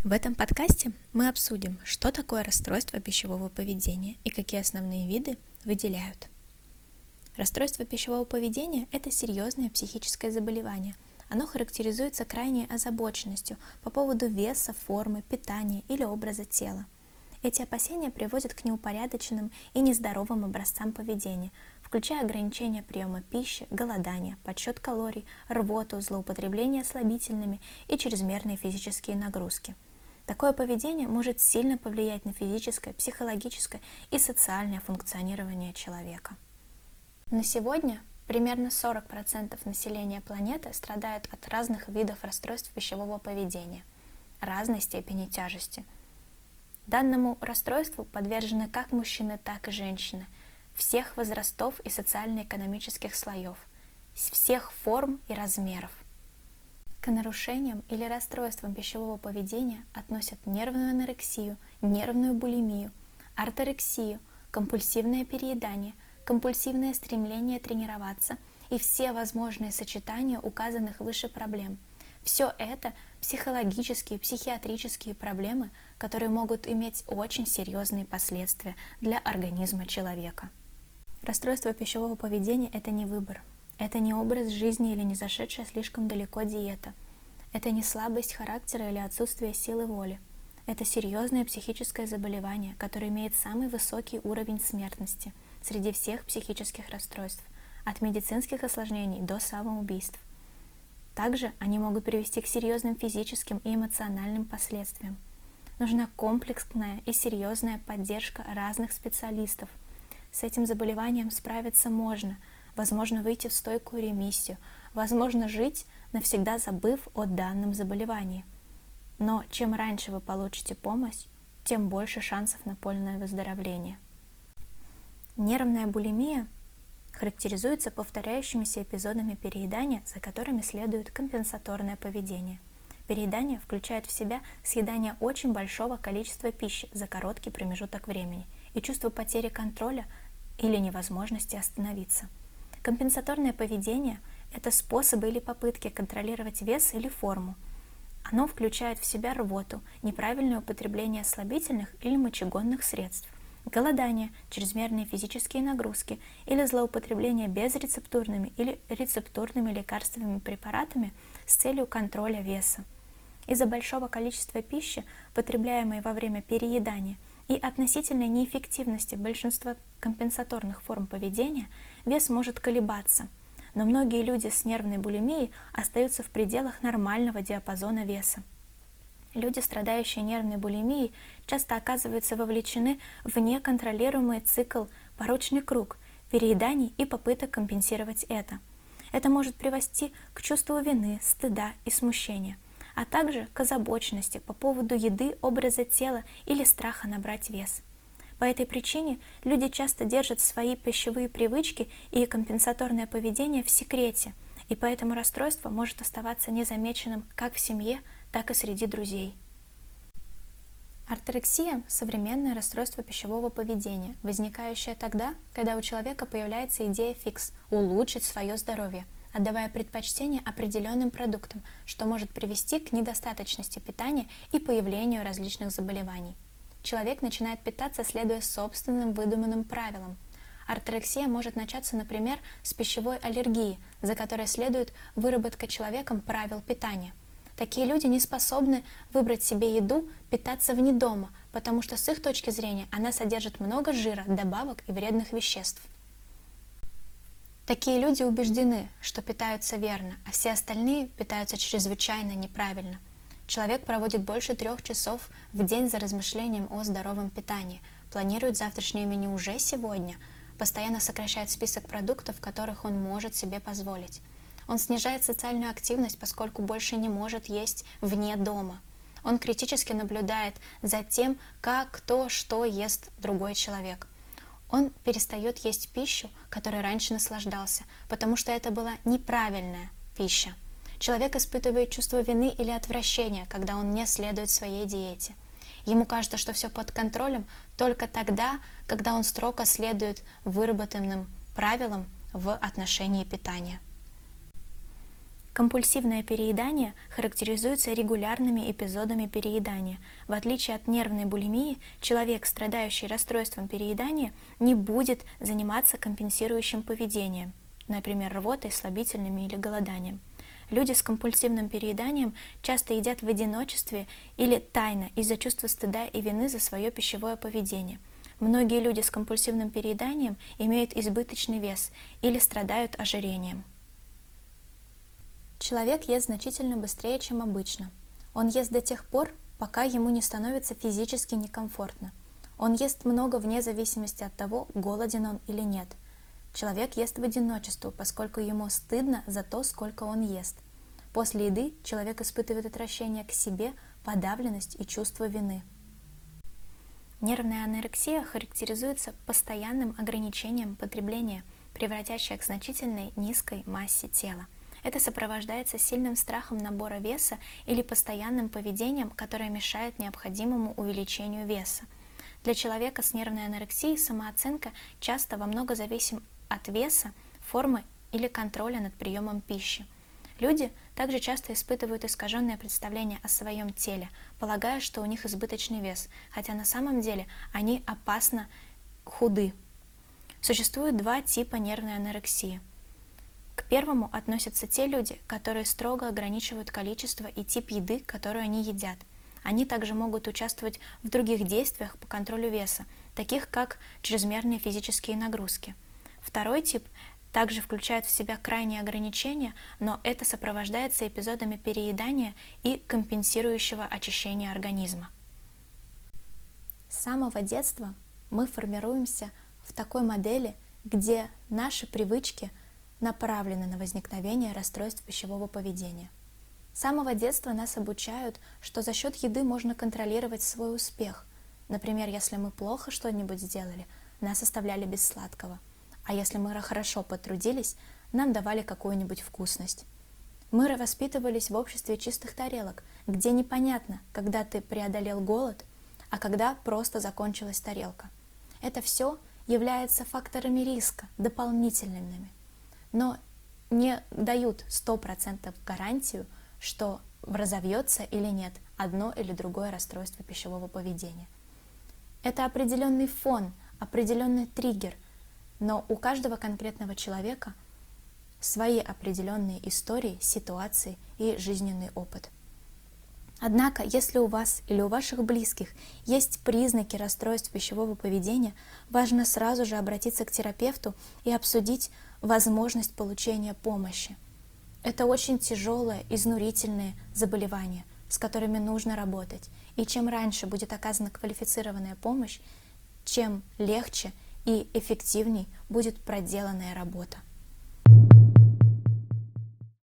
В этом подкасте мы обсудим, что такое расстройство пищевого поведения и какие основные виды выделяют. Расстройство пищевого поведения – это серьезное психическое заболевание. Оно характеризуется крайней озабоченностью по поводу веса, формы, питания или образа тела. Эти опасения приводят к неупорядоченным и нездоровым образцам поведения, включая ограничение приема пищи, голодание, подсчет калорий, рвоту, злоупотребление слабительными и чрезмерные физические нагрузки. Такое поведение может сильно повлиять на физическое, психологическое и социальное функционирование человека. На сегодня примерно 40% населения планеты страдают от разных видов расстройств пищевого поведения разной степени тяжести. Данному расстройству подвержены как мужчины, так и женщины, всех возрастов и социально-экономических слоев, всех форм и размеров. К нарушениям или расстройствам пищевого поведения относят нервную анорексию, нервную булимию, орторексию, компульсивное переедание, компульсивное стремление тренироваться и все возможные сочетания указанных выше проблем. Все это психологические, психиатрические проблемы, которые могут иметь очень серьезные последствия для организма человека. Расстройство пищевого поведения – это не выбор. Это не образ жизни или не зашедшая слишком далеко диета. Это не слабость характера или отсутствие силы воли. Это серьезное психическое заболевание, которое имеет самый высокий уровень смертности среди всех психических расстройств, от медицинских осложнений до самоубийств. Также они могут привести к серьезным физическим и эмоциональным последствиям. Нужна комплексная и серьезная поддержка разных специалистов. С этим заболеванием справиться можно, возможно выйти в стойкую ремиссию, возможно жить, навсегда забыв о данном заболевании. Но чем раньше вы получите помощь, тем больше шансов на полное выздоровление. Нервная булимия характеризуется повторяющимися эпизодами переедания, за которыми следует компенсаторное поведение. Переедание включает в себя съедание очень большого количества пищи за короткий промежуток времени и чувство потери контроля или невозможности остановиться. Компенсаторное поведение – это способы или попытки контролировать вес или форму. Оно включает в себя рвоту, неправильное употребление слабительных или мочегонных средств, голодание, чрезмерные физические нагрузки или злоупотребление безрецептурными или рецептурными лекарственными препаратами с целью контроля веса. Из-за большого количества пищи, потребляемой во время переедания, и относительной неэффективности большинства компенсаторных форм поведения, вес может колебаться, но многие люди с нервной булимией остаются в пределах нормального диапазона веса. Люди, страдающие нервной булимией, часто оказываются вовлечены в неконтролируемый цикл, порочный круг перееданий и попыток компенсировать это. Это может привести к чувству вины, стыда и смущения, а также к озабоченности по поводу еды, образа тела или страха набрать вес. По этой причине люди часто держат свои пищевые привычки и компенсаторное поведение в секрете, и поэтому расстройство может оставаться незамеченным как в семье, так и среди друзей. Орторексия – современное расстройство пищевого поведения, возникающее тогда, когда у человека появляется идея фикс – улучшить свое здоровье, отдавая предпочтение определенным продуктам, что может привести к недостаточности питания и появлению различных заболеваний. Человек начинает питаться, следуя собственным выдуманным правилам. Орторексия может начаться, например, с пищевой аллергии, за которой следует выработка человеком правил питания. Такие люди не способны выбрать себе еду, питаться вне дома, потому что с их точки зрения она содержит много жира, добавок и вредных веществ. Такие люди убеждены, что питаются верно, а все остальные питаются чрезвычайно неправильно. Человек проводит больше 3 часов в день за размышлением о здоровом питании, планирует завтрашнее меню уже сегодня, постоянно сокращает список продуктов, которых он может себе позволить. Он снижает социальную активность, поскольку больше не может есть вне дома. Он критически наблюдает за тем, как, кто, что ест другой человек. Он перестает есть пищу, которой раньше наслаждался, потому что это была неправильная пища. Человек испытывает чувство вины или отвращения, когда он не следует своей диете. Ему кажется, что все под контролем только тогда, когда он строго следует выработанным правилам в отношении питания. Компульсивное переедание характеризуется регулярными эпизодами переедания. В отличие от нервной булимии, человек, страдающий расстройством переедания, не будет заниматься компенсирующим поведением, например, рвотой, слабительными или голоданием. Люди с компульсивным перееданием часто едят в одиночестве или тайно из-за чувства стыда и вины за свое пищевое поведение. Многие люди с компульсивным перееданием имеют избыточный вес или страдают ожирением. Человек ест значительно быстрее, чем обычно. Он ест до тех пор, пока ему не становится физически некомфортно. Он ест много вне зависимости от того, голоден он или нет. Человек ест в одиночестве, поскольку ему стыдно за то, сколько он ест. После еды человек испытывает отвращение к себе, подавленность и чувство вины. Нервная анорексия характеризуется постоянным ограничением потребления, превратящее к значительной низкой массе тела. Это сопровождается сильным страхом набора веса или постоянным поведением, которое мешает необходимому увеличению веса. Для человека с нервной анорексией самооценка часто во много зависит от веса, формы или контроля над приемом пищи. Люди также часто испытывают искаженное представление о своем теле, полагая, что у них избыточный вес, хотя на самом деле они опасно худы. Существует два типа нервной анорексии. К первому относятся те люди, которые строго ограничивают количество и тип еды, которую они едят. Они также могут участвовать в других действиях по контролю веса, таких как чрезмерные физические нагрузки. Второй тип также включает в себя крайние ограничения, но это сопровождается эпизодами переедания и компенсирующего очищения организма. С самого детства мы формируемся в такой модели, где наши привычки направлены на возникновение расстройств пищевого поведения. С самого детства нас обучают, что за счет еды можно контролировать свой успех. Например, если мы плохо что-нибудь сделали, нас оставляли без сладкого. А если мы хорошо потрудились, нам давали какую-нибудь вкусность. Мы воспитывались в обществе чистых тарелок, где непонятно, когда ты преодолел голод, а когда просто закончилась тарелка. Это все является факторами риска, дополнительными, но не дают 100% гарантию, что разовьется или нет одно или другое расстройство пищевого поведения. Это определенный фон, определенный триггер, но у каждого конкретного человека свои определенные истории, ситуации и жизненный опыт. Однако, если у вас или у ваших близких есть признаки расстройств пищевого поведения, важно сразу же обратиться к терапевту и обсудить возможность получения помощи. Это очень тяжелое, изнурительное заболевание, с которыми нужно работать. И чем раньше будет оказана квалифицированная помощь, чем легче и эффективней будет проделанная работа.